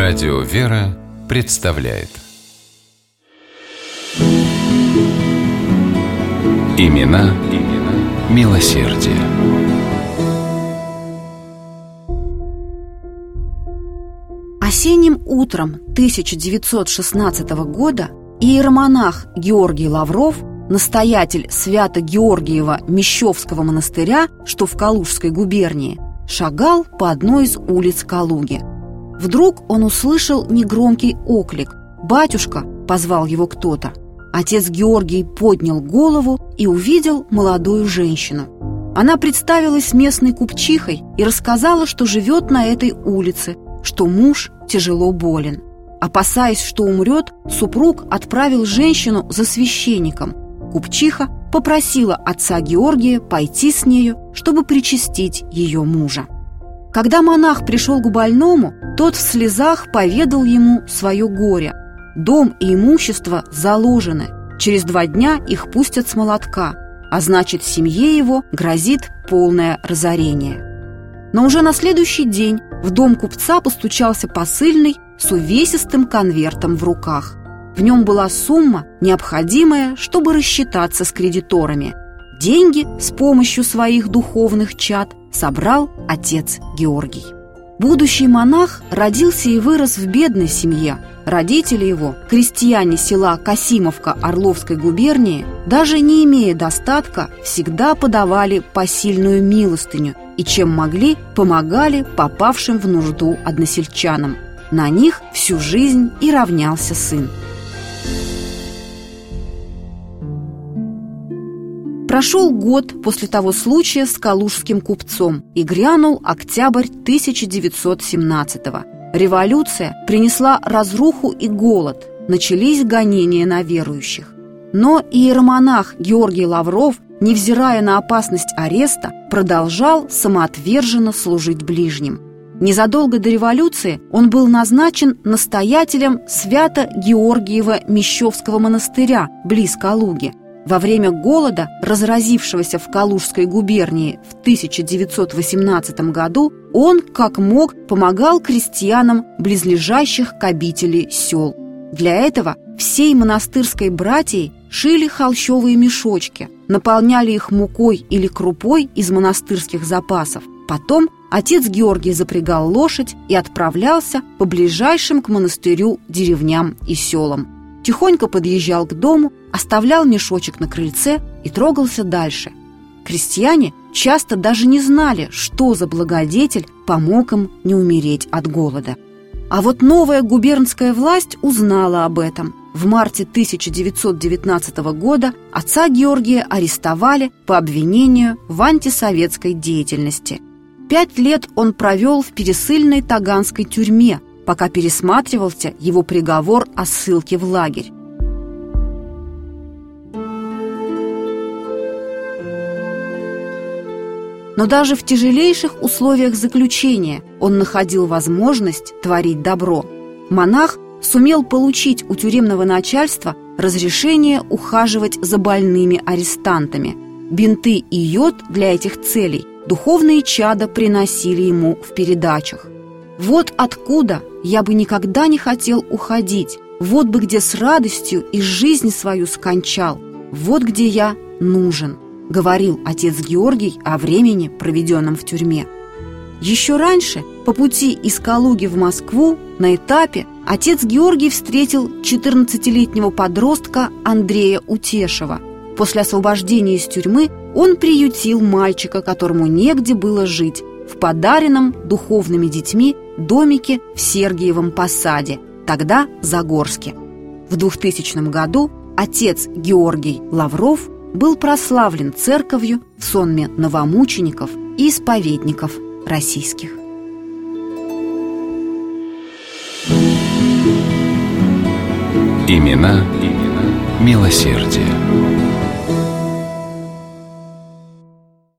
Радио «Вера» представляет Имена милосердия. Осенним утром 1916 года иеромонах Георгий Лавров, настоятель Свято-Георгиева Мещовского монастыря, что в Калужской губернии, шагал по одной из улиц Калуги. Вдруг он услышал негромкий оклик. «Батюшка!» – позвал его кто-то. Отец Георгий поднял голову и увидел молодую женщину. Она представилась местной купчихой и рассказала, что живет на этой улице, что муж тяжело болен. Опасаясь, что умрет, супруг отправил женщину за священником. Купчиха попросила отца Георгия пойти с нею, чтобы причастить ее мужа. Когда монах пришел к больному, тот в слезах поведал ему свое горе. Дом и имущество заложены, через 2 дня их пустят с молотка, а значит, семье его грозит полное разорение. Но уже на следующий день в дом купца постучался посыльный с увесистым конвертом в руках. В нем была сумма, необходимая, чтобы рассчитаться с кредиторами. Деньги с помощью своих духовных чад собрал отец Георгий. Будущий монах родился и вырос в бедной семье. Родители его, крестьяне села Касимовка Орловской губернии, даже не имея достатка, всегда подавали посильную милостыню и чем могли, помогали попавшим в нужду односельчанам. На них всю жизнь и равнялся сын. Прошел год после того случая с калужским купцом, и грянул октябрь 1917-го. Революция принесла разруху и голод, начались гонения на верующих. Но иеромонах Георгий Лавров, невзирая на опасность ареста, продолжал самоотверженно служить ближним. Незадолго до революции он был назначен настоятелем Свято-Георгиева Мещовского монастыря близ Калуги. Во время голода, разразившегося в Калужской губернии в 1918 году, он, как мог, помогал крестьянам близлежащих к обители сел. Для этого всей монастырской братьей шили холщовые мешочки, наполняли их мукой или крупой из монастырских запасов. Потом отец Георгий запрягал лошадь и отправлялся по ближайшим к монастырю деревням и селам. Тихонько подъезжал к дому, оставлял мешочек на крыльце и трогался дальше. Крестьяне часто даже не знали, что за благодетель помог им не умереть от голода. А вот новая губернская власть узнала об этом. В марте 1919 года отца Георгия арестовали по обвинению в антисоветской деятельности. 5 лет он провел в пересыльной таганской тюрьме, пока пересматривался его приговор о ссылке в лагерь. Но даже в тяжелейших условиях заключения он находил возможность творить добро. Монах сумел получить у тюремного начальства разрешение ухаживать за больными арестантами. Бинты и йод для этих целей духовные чада приносили ему в передачах. «Вот откуда я бы никогда не хотел уходить, вот бы где с радостью и жизнь свою скончал, вот где я нужен», — говорил отец Георгий о времени, проведенном в тюрьме. Еще раньше, по пути из Калуги в Москву, на этапе, отец Георгий встретил 14-летнего подростка Андрея Утешева. После освобождения из тюрьмы он приютил мальчика, которому негде было жить, в подаренном духовными детьми домике в Сергиевом Посаде, тогда Загорске. В 2000 году отец Георгий Лавров был прославлен церковью в сонме новомучеников и исповедников российских. Имена милосердия.